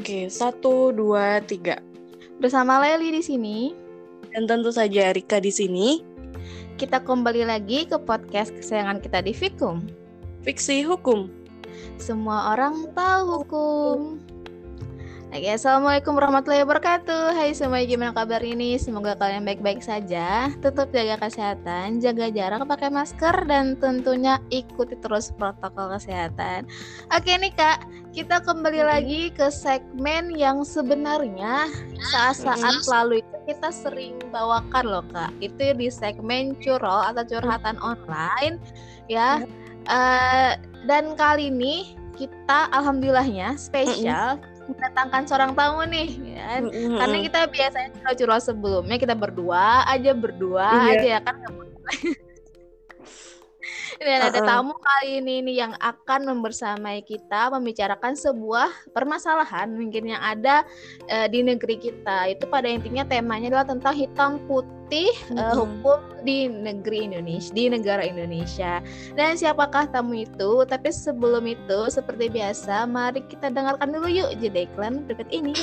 Oke, 1, 2, 3. Bersama Leli di sini. Dan tentu saja Rika di sini. Kita kembali lagi ke podcast kesayangan kita di Fikum. Fiksi Hukum. Semua orang tahu hukum. Oke, Assalamualaikum warahmatullahi wabarakatuh. Hai semuanya, gimana kabar ini? Semoga kalian baik-baik saja. Tetap jaga kesehatan, jaga jarak, pakai masker, dan tentunya ikuti terus protokol kesehatan. Oke nih Kak, kita kembali lagi ke segmen yang sebenarnya saat-saat lalu itu kita sering bawakan loh Kak. Itu di segmen curol atau curhatan online ya. Dan kali ini kita alhamdulillahnya spesial mendatangkan seorang tamu nih kan. Karena kita biasanya curhat sebelumnya kita berdua aja ya kan. Dan ada tamu kali ini nih yang akan membersamai kita membicarakan sebuah permasalahan mungkin yang ada di negeri kita. Itu pada intinya temanya adalah tentang hitam putih hukum di negeri Indonesia, di negara Indonesia. Dan siapakah tamu itu? Tapi sebelum itu seperti biasa mari kita dengarkan dulu yuk jeda iklan berikut ini.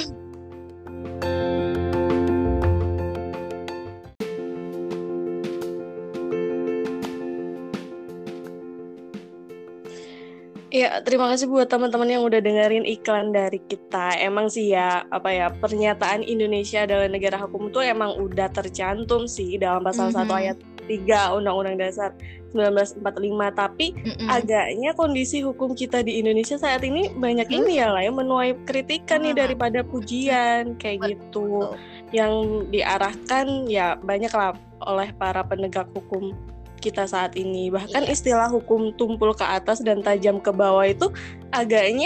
Ya, terima kasih buat teman-teman yang udah dengerin iklan dari kita. Emang sih ya, pernyataan Indonesia adalah negara hukum itu emang udah tercantum sih dalam pasal 1 ayat 3 Undang-Undang Dasar 1945. Tapi agaknya kondisi hukum kita di Indonesia saat ini banyak ini ya lah ya, menuai kritikan nih daripada pujian kayak gitu. Yang diarahkan ya banyak lah oleh para penegak hukum kita saat ini. Bahkan istilah hukum tumpul ke atas dan tajam ke bawah itu agaknya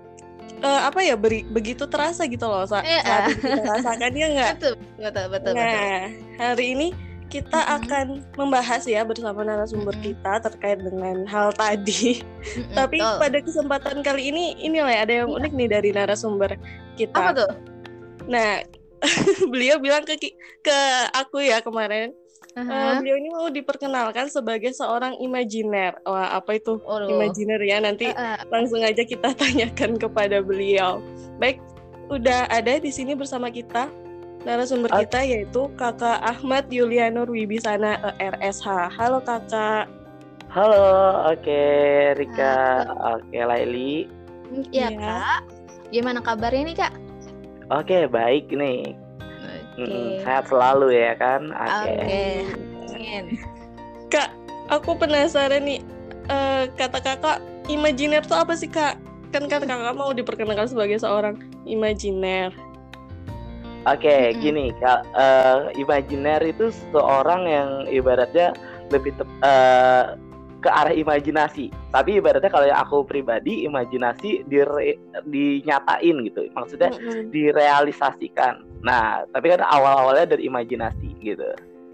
begitu terasa gitu loh saat kita rasakan ya nggak? Betul. Nah, hari ini kita akan membahas ya bersama narasumber kita terkait dengan hal tadi. Tapi pada kesempatan kali ini lah ada yang unik nih dari narasumber kita. Apa tuh? Nah, beliau bilang ke aku ya kemarin. Beliau ini mau diperkenalkan sebagai seorang imajiner. Wah, apa itu imajiner ya? Nanti langsung aja kita tanyakan kepada beliau. Baik, udah ada di sini bersama kita narasumber kita yaitu Kakak Ahmad Yulianur Wibisana RSH. Halo Kakak. Halo, oke Rika, oke Laili. Iya Kak. Gimana kabarnya nih Kak? Oke, baik nih. Sehat selalu ya kan. Oke. Kak, aku penasaran nih, kata kakak imajiner itu apa sih Kak? Kan kata kakak mau diperkenalkan sebagai seorang imajiner. Oke, gini Kak, imajiner itu seorang yang ibaratnya lebih ke arah imajinasi. Tapi ibaratnya kalau yang aku pribadi, imajinasi dinyatain gitu. Maksudnya direalisasikan. Nah, tapi kan awal-awalnya dari imajinasi gitu.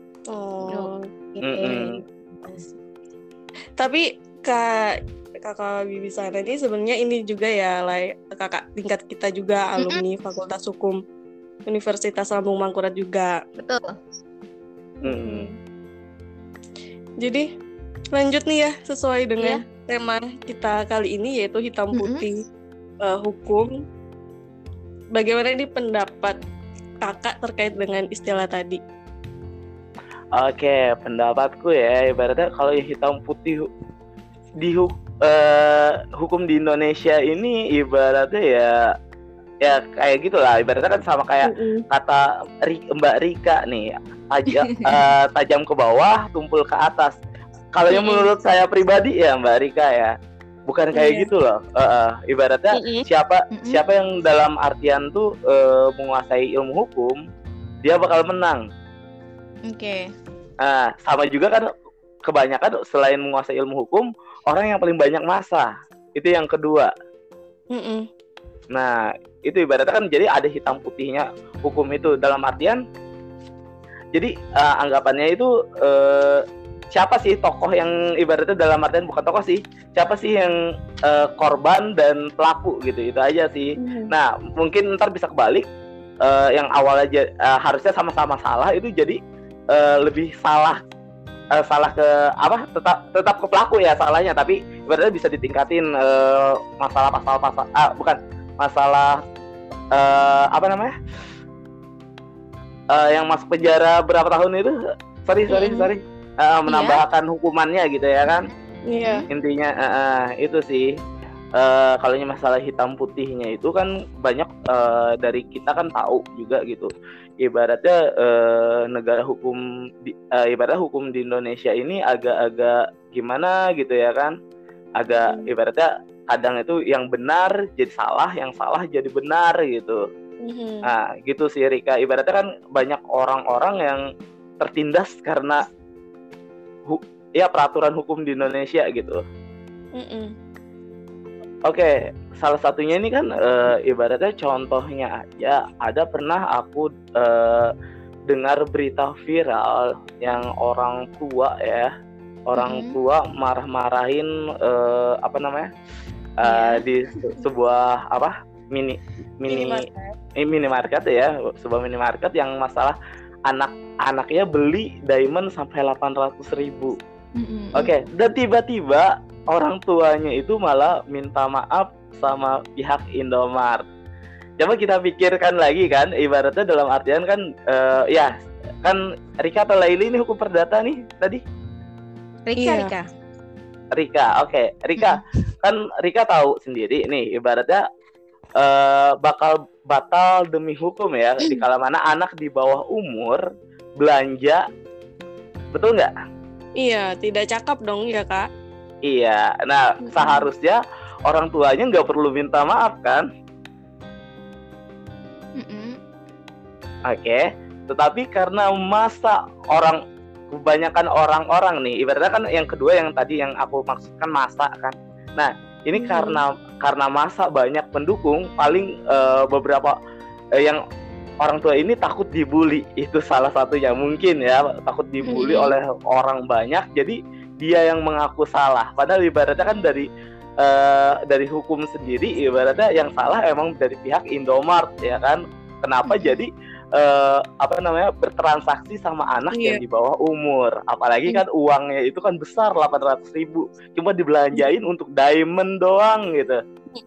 Tapi kakak Wibisana ini sebenarnya ini juga ya, kakak tingkat kita juga alumni Fakultas Hukum Universitas Lambung Mangkurat juga. Betul. Jadi lanjut nih ya sesuai dengan tema kita kali ini yaitu hitam putih hukum. Bagaimana ini pendapat kakak terkait dengan istilah tadi? Oke, pendapatku ya ibaratnya kalau hitam putih di hukum di Indonesia ini ibaratnya ya kayak gitulah, ibaratnya kan sama kayak kata Mbak Rika nih, tajam ke bawah, tumpul ke atas. Kalau yang menurut saya pribadi ya Mbak Rika ya, bukan kayak gitu loh. Ibaratnya siapa yang dalam artian tuh menguasai ilmu hukum, dia bakal menang. Oke. Nah, sama juga kan kebanyakan selain menguasai ilmu hukum, orang yang paling banyak masa. Itu yang kedua. Nah, itu ibaratnya kan jadi ada hitam putihnya hukum itu dalam artian. Jadi anggapannya itu siapa sih tokoh yang ibaratnya dalam artian bukan tokoh sih, siapa sih yang korban dan pelaku gitu, itu aja sih. Nah, mungkin ntar bisa kebalik, yang awal aja harusnya sama-sama salah itu jadi lebih salah ke apa, tetap ke pelaku ya salahnya, tapi ibaratnya bisa ditingkatin masalah pasal bukan masalah apa namanya, yang masuk penjara berapa tahun itu, sorry menambahkan hukumannya gitu ya kan. Iya. Intinya itu sih. Kalau masalah hitam putihnya itu kan banyak dari kita kan tahu juga gitu. Ibaratnya negara hukum ibarat hukum di Indonesia ini agak-agak gimana gitu ya kan. Agak ibaratnya kadang itu yang benar jadi salah, yang salah jadi benar gitu. Nah, gitu sih Rika. Ibaratnya kan banyak orang-orang yang tertindas karena peraturan hukum di Indonesia gitu. Oke, salah satunya ini kan ibaratnya contohnya aja, ada pernah aku dengar berita viral yang orang tua tua marah-marahin apa namanya di sebuah minimarket ya, sebuah minimarket yang masalah anaknya beli diamond sampai 800.000. Oke, dan tiba-tiba orang tuanya itu malah minta maaf sama pihak Indomaret. Coba kita pikirkan lagi kan, ibaratnya dalam artian kan ya kan Rika atau Laili ini hukum perdata nih tadi? Rika, oke. Rika, kan Rika tahu sendiri nih ibaratnya bakal batal demi hukum ya di kala mana anak di bawah umur belanja, betul nggak? Iya, tidak cakep dong ya Kak. Iya, nah seharusnya orang tuanya nggak perlu minta maaf kan? Oke, tetapi karena masa kebanyakan orang-orang nih, ibaratnya kan yang kedua yang tadi yang aku maksudkan masa kan. Nah ini karena masa banyak pendukung, paling beberapa yang orang tua ini takut dibully, itu salah satunya mungkin ya, takut dibully oleh orang banyak, jadi dia yang mengaku salah. Padahal ibaratnya kan dari hukum sendiri ibaratnya yang salah emang dari pihak Indomaret ya kan. Kenapa jadi bertransaksi sama anak yang di bawah umur, apalagi kan uangnya itu kan besar 800.000, cuma dibelanjain untuk diamond doang gitu.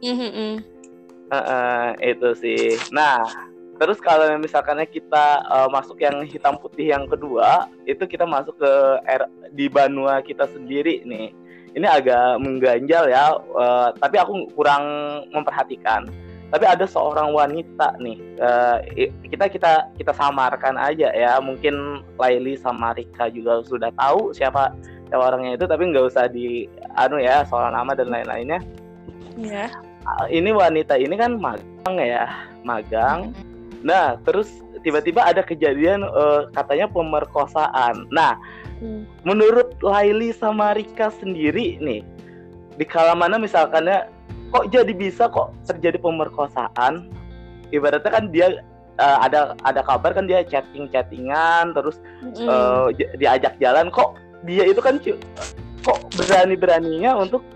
Itu sih. Nah terus kalau misalkan kita masuk yang hitam putih yang kedua, itu kita masuk ke di Banua kita sendiri nih. Ini agak mengganjal ya, tapi aku kurang memperhatikan. Tapi ada seorang wanita nih, kita samarkan aja ya. Mungkin Laili sama Rika juga sudah tahu siapa orangnya itu, tapi nggak usah soal nama dan lain-lainnya. Iya. Ini wanita ini kan magang. Nah, terus tiba-tiba ada kejadian katanya pemerkosaan. Nah, menurut Laili sama Rika sendiri nih, di kala mana misalkannya kok jadi bisa kok terjadi pemerkosaan? Ibaratnya kan dia ada kabar kan dia chattingan terus diajak jalan, kok dia itu kan kok beraninya untuk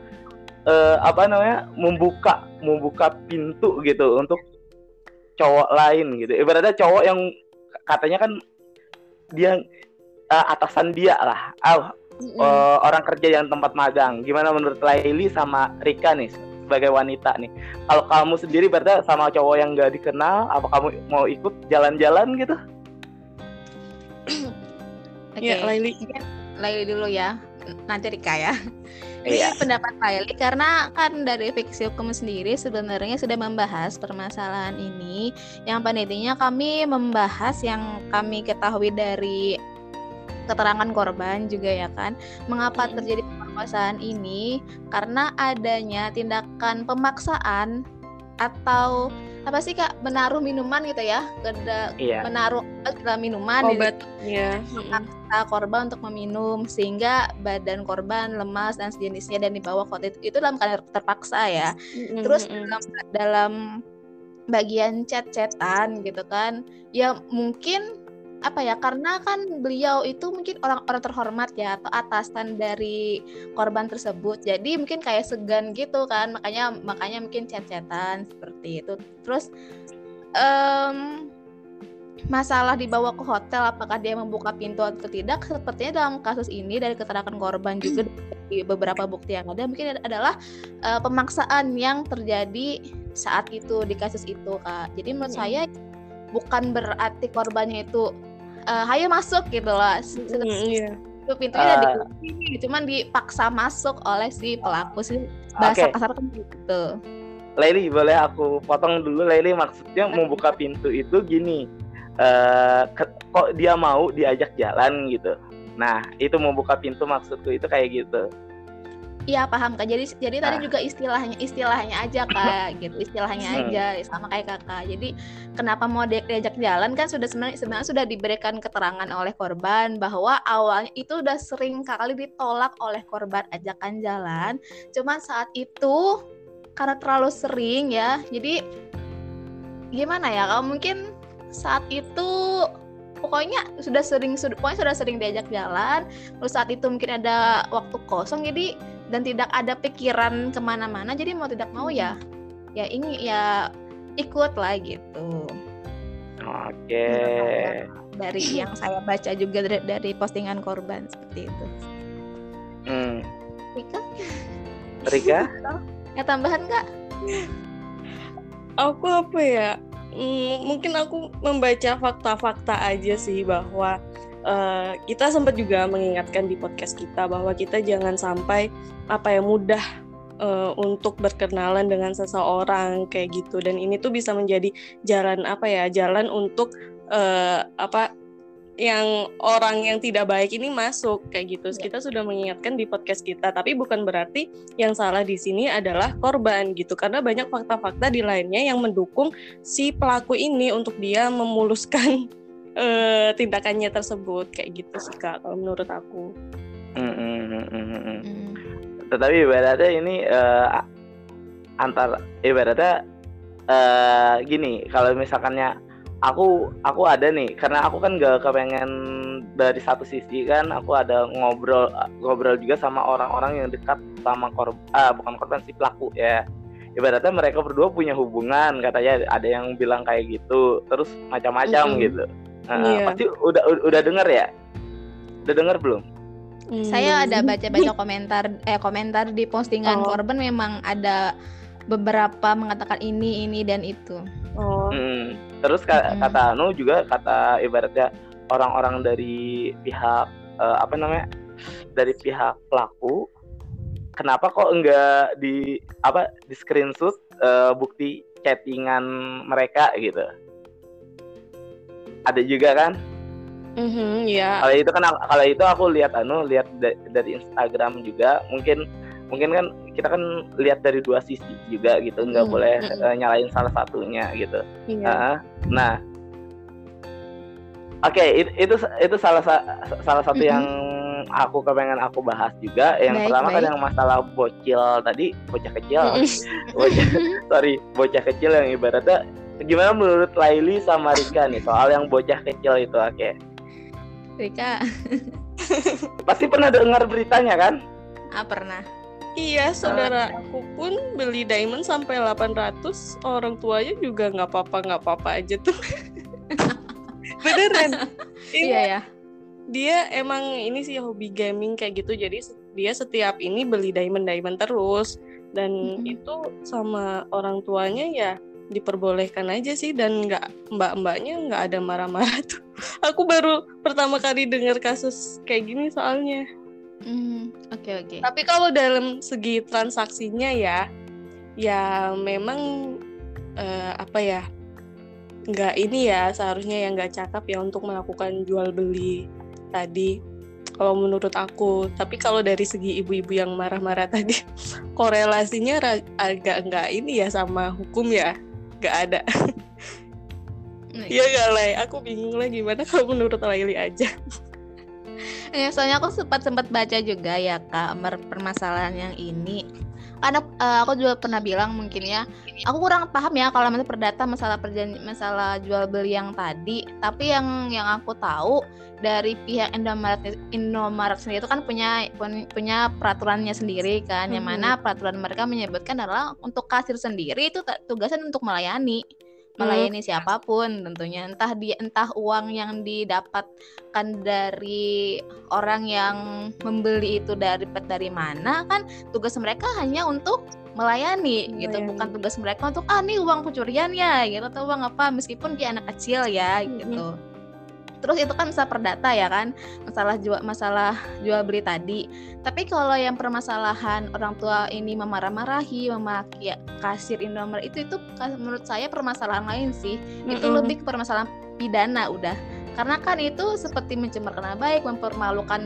membuka pintu gitu untuk cowok lain gitu. Ibaratnya cowok yang katanya kan dia atasan dia lah, orang kerja yang tempat magang. Gimana menurut Laili sama Rika nih sebagai wanita nih? Kalau kamu sendiri berarti sama cowok yang nggak dikenal, apa kamu mau ikut jalan-jalan gitu? Oke, Laili dulu ya, nanti Rika ya. Ini pendapat Laili karena kan dari Fiksi Hukum sendiri sebenarnya sudah membahas permasalahan ini. Yang pada intinya kami membahas yang kami ketahui dari keterangan korban juga ya kan, mengapa terjadi pemerkosaan ini, karena adanya tindakan pemaksaan atau apa sih Kak, menaruh minuman gitu ya, menaruh dalam minuman obat ya, memaksa korban untuk meminum sehingga badan korban lemas dan sejenisnya dan dibawa ke itu dalam keadaan terpaksa ya. Terus dalam bagian chat-chatan gitu kan ya, mungkin karena kan beliau itu mungkin orang-orang terhormat ya atau atasan dari korban tersebut, jadi mungkin kayak segan gitu kan, makanya mungkin chat-chatan seperti itu. Terus masalah dibawa ke hotel, apakah dia membuka pintu atau tidak, sepertinya dalam kasus ini dari keterangan korban juga di beberapa bukti yang ada mungkin adalah pemaksaan yang terjadi saat itu di kasus itu, Kak. Jadi menurut saya bukan berarti korbannya itu hayo masuk gitu loh. Iya. Itu pintunya udah dikunci, cuman dipaksa masuk oleh si pelaku sih. Bahasa kasar kan gitu. Leili, boleh aku potong dulu, Leili? Maksudnya membuka pintu itu gini, kok dia mau diajak jalan gitu. Nah, itu membuka pintu maksudku itu kayak gitu. Iya, paham, Kak. Jadi tadi juga istilahnya aja, Kak, gitu. Istilahnya aja sama kayak Kakak. Jadi kenapa mau diajak jalan kan sebenarnya sudah diberikan keterangan oleh korban bahwa awalnya itu udah sering kali ditolak oleh korban ajakan jalan. Cuman saat itu karena terlalu sering ya. Jadi gimana ya? Kalau mungkin saat itu pokoknya sudah sering diajak jalan. Terus saat itu mungkin ada waktu kosong dan tidak ada pikiran kemana-mana, jadi mau tidak mau ya ikut lah gitu. Oke. Dari yang saya baca juga dari postingan korban seperti itu. Rika? Ya tambahan Kak? Aku apa ya? Mungkin aku membaca fakta-fakta aja sih bahwa kita sempat juga mengingatkan di podcast kita bahwa kita jangan sampai mudah untuk berkenalan dengan seseorang kayak gitu, dan ini tuh bisa menjadi jalan untuk yang orang yang tidak baik ini masuk kayak gitu. Kita sudah mengingatkan di podcast kita, tapi bukan berarti yang salah di sini adalah korban gitu, karena banyak fakta-fakta di lainnya yang mendukung si pelaku ini untuk dia memuluskan tindakannya tersebut kayak gitu sih Kak, kalau menurut aku. Tetapi ibaratnya ini gini, kalau misalkannya aku ada nih, karena aku kan gak kepengen dari satu sisi kan, aku ada ngobrol juga sama orang-orang yang dekat sama bukan korban, si pelaku ya. Ibaratnya mereka berdua punya hubungan, katanya ada yang bilang kayak gitu, terus macam-macam gitu. Pasti udah dengar ya? Udah dengar belum? Saya ada baca-baca komentar di postingan korban, memang ada beberapa mengatakan ini dan itu. Terus kata Anu juga, kata ibaratnya orang-orang dari pihak dari pihak pelaku, kenapa kok enggak di screenshot bukti chattingan mereka gitu? Ada juga kan? Ya. Kalau itu aku lihat dari Instagram juga, mungkin kan kita kan lihat dari dua sisi juga gitu, nggak boleh nyalain salah satunya gitu. Itu salah satu yang aku kepengen aku bahas juga. Yang pertama kan yang masalah bocah kecil yang ibaratnya, gimana menurut Laili sama Rika nih soal yang bocah kecil itu? Rika pasti pernah dengar beritanya kan? Pernah. Iya, saudara aku pun beli diamond sampai 800, orang tuanya juga nggak apa-apa aja tuh. Beneran. Iya ya. Dia emang ini sih hobi gaming kayak gitu, jadi dia setiap ini beli diamond terus, dan itu sama orang tuanya ya diperbolehkan aja sih, dan mbak-mbaknya nggak ada marah-marah tuh. Aku baru pertama kali dengar kasus kayak gini soalnya. Oke. Tapi kalau dalam segi transaksinya ya memang nggak ini ya, seharusnya yang nggak cakap ya untuk melakukan jual beli tadi, kalau menurut aku. Tapi kalau dari segi ibu-ibu yang marah-marah tadi, korelasinya agak nggak ini ya sama hukum ya, nggak ada. Iya nggak Lai? Aku bingung lah gimana kalau menurut Laili aja. Ya, soalnya aku sempat baca juga ya Kak permasalahan yang ini. Karena aku juga pernah bilang mungkin ya, aku kurang paham ya kalau perdata masalah jual beli yang tadi. Tapi yang aku tahu dari pihak Indomaret sendiri itu kan punya peraturannya sendiri kan, yang mana peraturan mereka menyebutkan adalah untuk kasir sendiri itu tugasnya untuk melayani siapapun tentunya, entah uang yang didapatkan dari orang yang membeli itu dari mana kan, tugas mereka hanya untuk melayani gitu, bukan tugas mereka untuk nih uang pencuriannya gitu atau uang apa, meskipun dia anak kecil ya gitu. Terus itu kan bisa perdata ya kan, masalah jual beli tadi. Tapi kalau yang permasalahan orang tua ini memarah-marahi, memaki kasir Indomaret itu menurut saya permasalahan lain sih. Itu lebih ke permasalahan pidana udah. Karena kan itu seperti mencemarkan nama baik, mempermalukan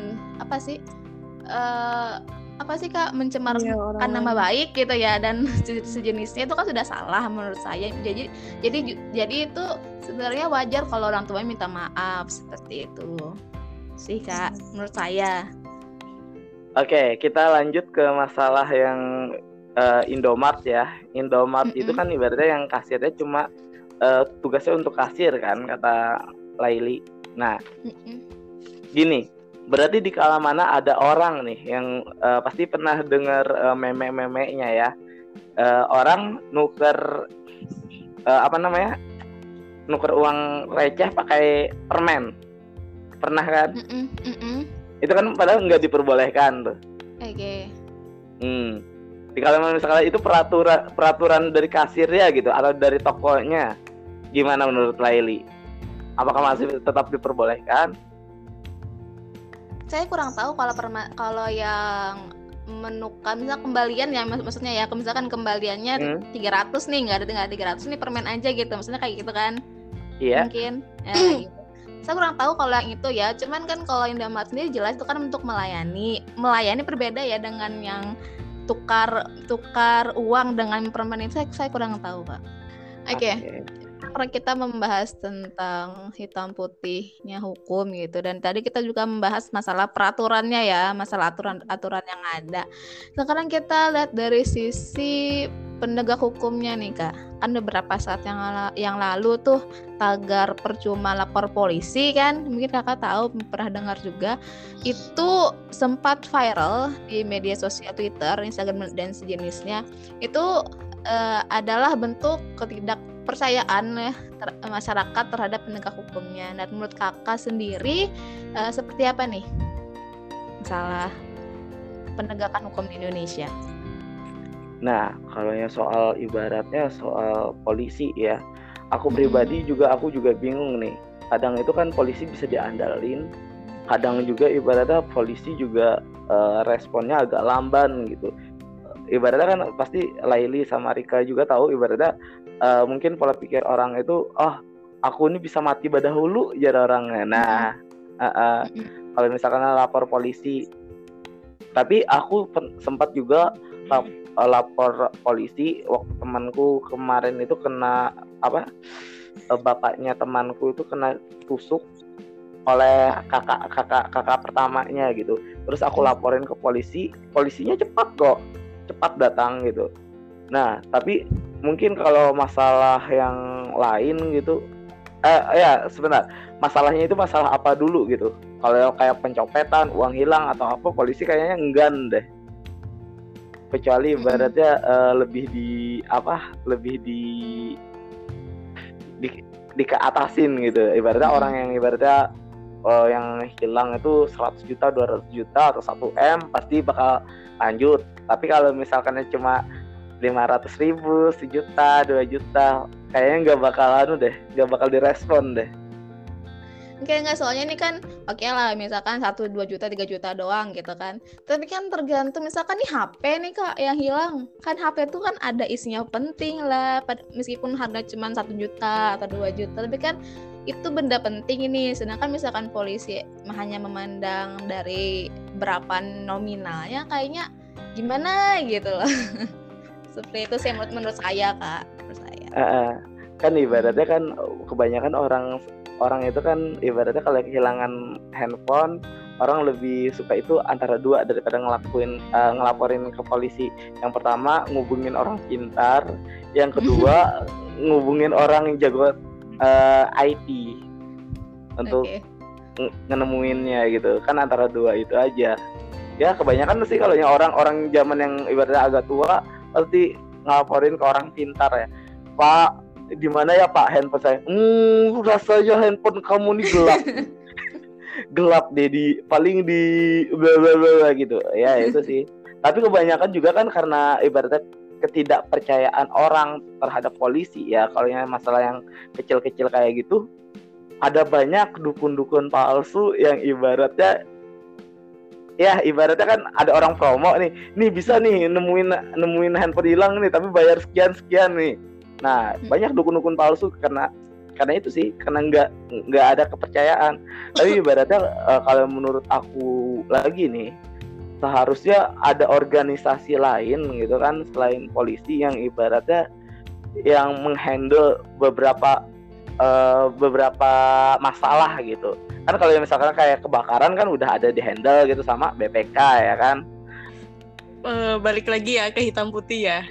Kak, mencemarkan nama baik gitu ya, dan sejenisnya itu kan sudah salah menurut saya. Jadi itu sebenarnya wajar kalau orang tuanya minta maaf seperti itu sih Kak, menurut saya. Oke, kita lanjut ke masalah yang Indomart ya. Indomart itu kan ibaratnya yang kasirnya cuma tugasnya untuk kasir kan, kata Laili. Nah, gini, berarti di kala mana ada orang nih yang pasti pernah dengar meme-memenya ya, orang nuker nuker uang receh pakai permen, pernah kan? Itu kan padahal nggak diperbolehkan tuh. Oke. Di kala mana misalnya itu peraturan dari kasirnya gitu atau dari tokonya, gimana menurut Laili? Apakah masih tetap diperbolehkan? Saya kurang tahu kalau yang menukar misalnya kembalian ya, maksudnya ya misalkan kembaliannya 300 nih, nggak ada 300 nih permen aja gitu, maksudnya kayak gitu kan? Iya. Mungkin gitu. Saya kurang tahu kalau yang itu ya, cuman kan kalau Indomaret sendiri jelas itu kan untuk melayani berbeda ya dengan yang tukar uang dengan permen itu. Saya kurang tahu Pak. Oke. Karena kita membahas tentang hitam putihnya hukum gitu, dan tadi kita juga membahas masalah peraturannya ya, masalah aturan yang ada. Sekarang kita lihat dari sisi penegak hukumnya nih Kak. Kan beberapa saat yang lalu tuh tagar percuma lapor polisi kan, mungkin Kakak tahu, pernah dengar juga, itu sempat viral di media sosial Twitter, Instagram dan sejenisnya. Itu adalah bentuk ketidakpercayaan masyarakat terhadap penegak hukumnya. Dan menurut Kakak sendiri seperti apa nih masalah penegakan hukum di Indonesia? Nah, kalau yang soal ibaratnya soal polisi ya, aku pribadi juga bingung nih. Kadang itu kan polisi bisa diandalin, kadang juga ibaratnya polisi juga responnya agak lamban gitu. Ibaratnya kan pasti Laili sama Rika juga tahu, ibaratnya mungkin pola pikir orang itu, aku ini bisa mati dahulu jar orangnya. Nah, kalau misalkan lapor polisi, tapi aku sempat juga lapor polisi waktu temanku kemarin itu kena bapaknya temanku itu kena tusuk oleh kakak pertamanya gitu. Terus aku laporin ke polisi, polisinya cepat datang gitu. Nah, tapi mungkin kalau masalah yang lain gitu, sebentar, masalahnya itu masalah apa dulu gitu. Kalau kayak pencopetan, uang hilang atau apa, polisi kayaknya enggan deh. Kecuali ibaratnya lebih dikeatasin gitu. Ibaratnya orang yang ibaratnya yang hilang itu 100 juta, 200 juta atau 1 M pasti bakal lanjut. Tapi kalau misalkan cuma 500.000, 1 juta, 2 juta, kayaknya nggak bakal direspon deh. Enggak, soalnya ini kan oke lah, misalkan 1, 2 juta, 3 juta doang gitu kan. Tapi kan tergantung, misalkan nih HP nih Kak yang hilang. Kan HP itu kan ada isinya penting lah, meskipun harga cuma 1 juta atau 2 juta, tapi kan itu benda penting ini. Sedangkan misalkan polisi hanya memandang dari berapa nominalnya, kayaknya gimana gitu loh. Seperti itu sih menurut saya Kak, kan ibaratnya kan kebanyakan orang itu kan ibaratnya kalau kehilangan handphone, orang lebih suka itu antara dua daripada ngelaporin ke polisi. Yang pertama ngubungin orang pintar, yang kedua ngubungin orang yang jago IT untuk ngenemuinnya gitu. Kan antara dua itu aja. Ya kebanyakan sih kalau yang orang zaman yang ibaratnya agak tua pasti ngelaporin ke orang pintar ya. Pak, di mana ya Pak handphone saya? Rasanya handphone kamu nih gelap. Gelap deh, paling di bla bla bla gitu. Ya itu sih. Tapi kebanyakan juga kan karena ibaratnya ketidakpercayaan orang terhadap polisi ya, kalau yang masalah yang kecil-kecil kayak gitu, ada banyak dukun-dukun palsu yang ibaratnya kan ada orang promo nih bisa nih nemuin handphone hilang nih tapi bayar sekian nih. Nah, banyak dukun-dukun palsu karena itu sih, karena nggak ada kepercayaan. Tapi ibaratnya kalau menurut aku lagi nih, seharusnya ada organisasi lain gitu kan selain polisi yang ibaratnya yang menghandle beberapa masalah gitu. Kan kalau misalkan kayak kebakaran kan udah ada di handle gitu sama BPK ya kan. Balik lagi ya ke hitam putih ya.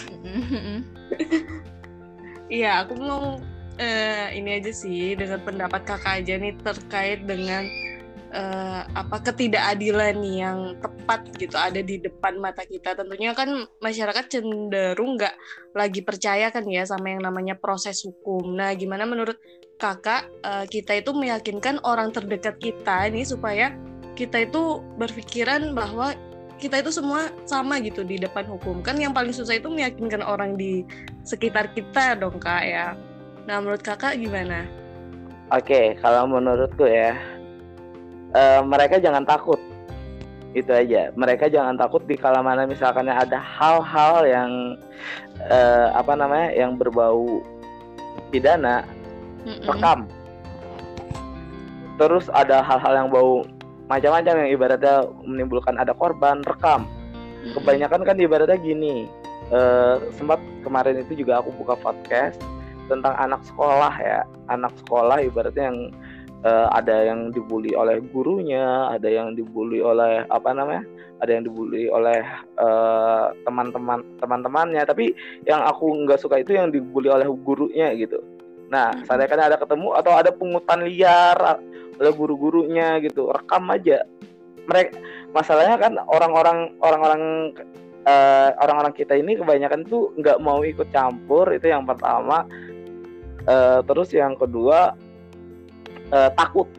Iya, aku mau ini aja sih dengan pendapat kakak aja nih terkait dengan ketidakadilan yang tepat gitu ada di depan mata kita. Tentunya kan masyarakat cenderung nggak lagi percaya kan ya sama yang namanya proses hukum. Nah, gimana menurut kakak kita itu meyakinkan orang terdekat kita ini supaya kita itu berpikiran bahwa kita itu semua sama gitu di depan hukum. Kan yang paling susah itu meyakinkan orang di sekitar kita dong Kak ya. Nah, menurut kakak gimana? Oke, kalau menurutku ya, mereka jangan takut. Itu aja. Mereka jangan takut di kala mana misalkan ada hal-hal yang yang berbau pidana, rekam. Terus ada hal-hal yang bau macam-macam yang ibaratnya menimbulkan ada korban, rekam. Kebanyakan kan ibaratnya gini, sempat kemarin itu juga aku buka podcast tentang anak sekolah ya. Anak sekolah ibaratnya yang ada yang dibully oleh gurunya, ada yang dibully oleh ada yang dibully oleh teman-temannya. Tapi yang aku nggak suka itu yang dibully oleh gurunya gitu. Nah, seandainya ada ketemu atau ada pungutan liar oleh guru-gurunya gitu, rekam aja. Masalahnya kan orang-orang kita ini kebanyakan tuh nggak mau ikut campur, itu yang pertama. Terus yang kedua, takut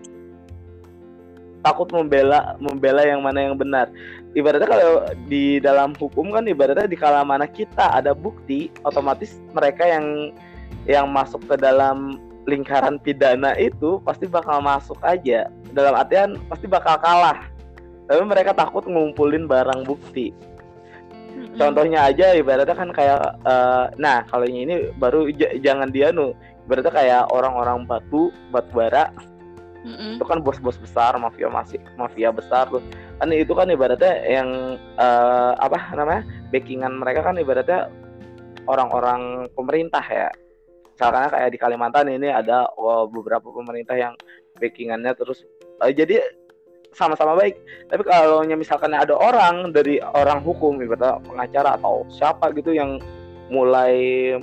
membela yang mana yang benar. Ibaratnya kalau di dalam hukum kan ibaratnya di kala mana kita ada bukti, otomatis mereka yang masuk ke dalam lingkaran pidana itu pasti bakal masuk aja. Dalam artian pasti bakal kalah. Tapi mereka takut ngumpulin barang bukti. Contohnya aja ibaratnya kan kayak kalau ini baru jangan ibaratnya kayak orang-orang batu bara. Itu kan bos-bos besar, mafia besar tuh. Kan itu kan ibaratnya yang backingan mereka kan ibaratnya orang-orang pemerintah ya. Misalkan kayak di Kalimantan ini ada beberapa pemerintah yang backingannya terus jadi sama-sama baik. Tapi kalau misalkan ada orang dari orang hukum, ibaratnya pengacara atau siapa gitu yang mulai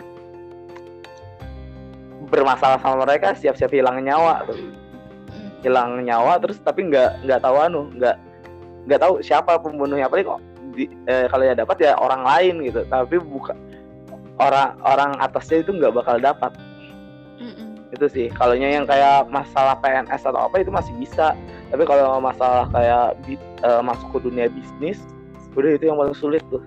bermasalah sama mereka, siap-siap hilang nyawa terus tapi nggak tahu siapa pembunuhnya. Apalagi kok kalau ya dapat ya orang lain gitu, tapi bukan orang atasnya itu nggak bakal dapat. Itu sih kalau yang kayak masalah PNS atau apa itu masih bisa, tapi kalau masalah kayak masuk ke dunia bisnis, udah itu yang paling sulit tuh.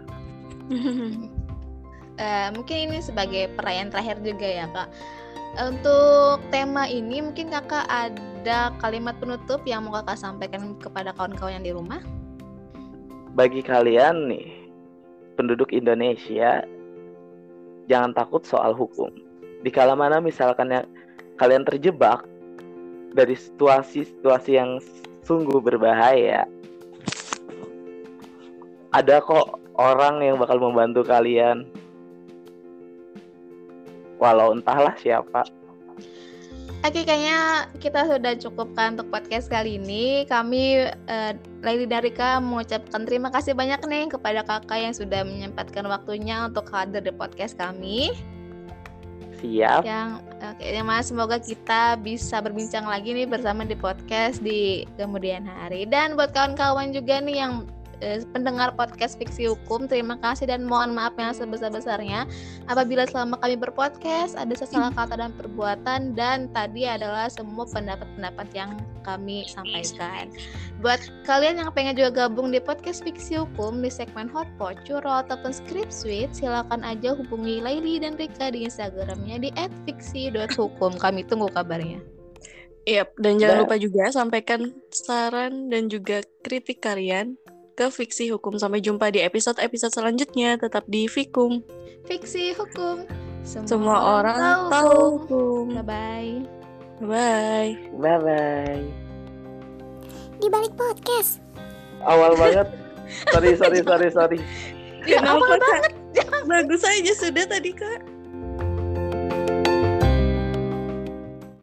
Mungkin ini sebagai perayaan terakhir juga ya Kak. Untuk tema ini mungkin kakak ada kalimat penutup yang mau kakak sampaikan kepada kawan-kawan yang di rumah? Bagi kalian nih penduduk Indonesia, jangan takut soal hukum. Di kala mana misalkan kalian terjebak dari situasi yang sungguh berbahaya, ada kok orang yang bakal membantu kalian. Walau entahlah siapa. Oke, kayaknya kita sudah cukupkan untuk podcast kali ini. Kami Laili Darika mengucapkan terima kasih banyak nih kepada kakak yang sudah menyempatkan waktunya untuk hadir di podcast kami. Siap. Mas, semoga kita bisa berbincang lagi nih bersama di podcast di kemudian hari. Dan buat kawan-kawan juga nih yang pendengar podcast Fiksi Hukum. Terima kasih dan mohon maaf yang sebesar-besarnya apabila selama kami berpodcast ada salah kata dan perbuatan, dan tadi adalah semua pendapat-pendapat yang kami sampaikan. Buat kalian yang pengen juga gabung di podcast Fiksi Hukum di segmen Hotpot, Curol ataupun Script Suite, silakan aja hubungi Laili dan Rika di Instagramnya di @fiksi.hukum. Kami tunggu kabarnya. Yap, dan jangan lupa juga sampaikan saran dan juga kritik kalian ke Fiksi Hukum. Sampai jumpa di episode-episode selanjutnya. Tetap di Fikum. Fiksi Hukum. Semua orang tahu hukum. Bye-bye. Bye. Bye-bye. Di balik podcast. Awal banget. Sorry. Ya, awal banget. Bagus aja sudah tadi, Kak.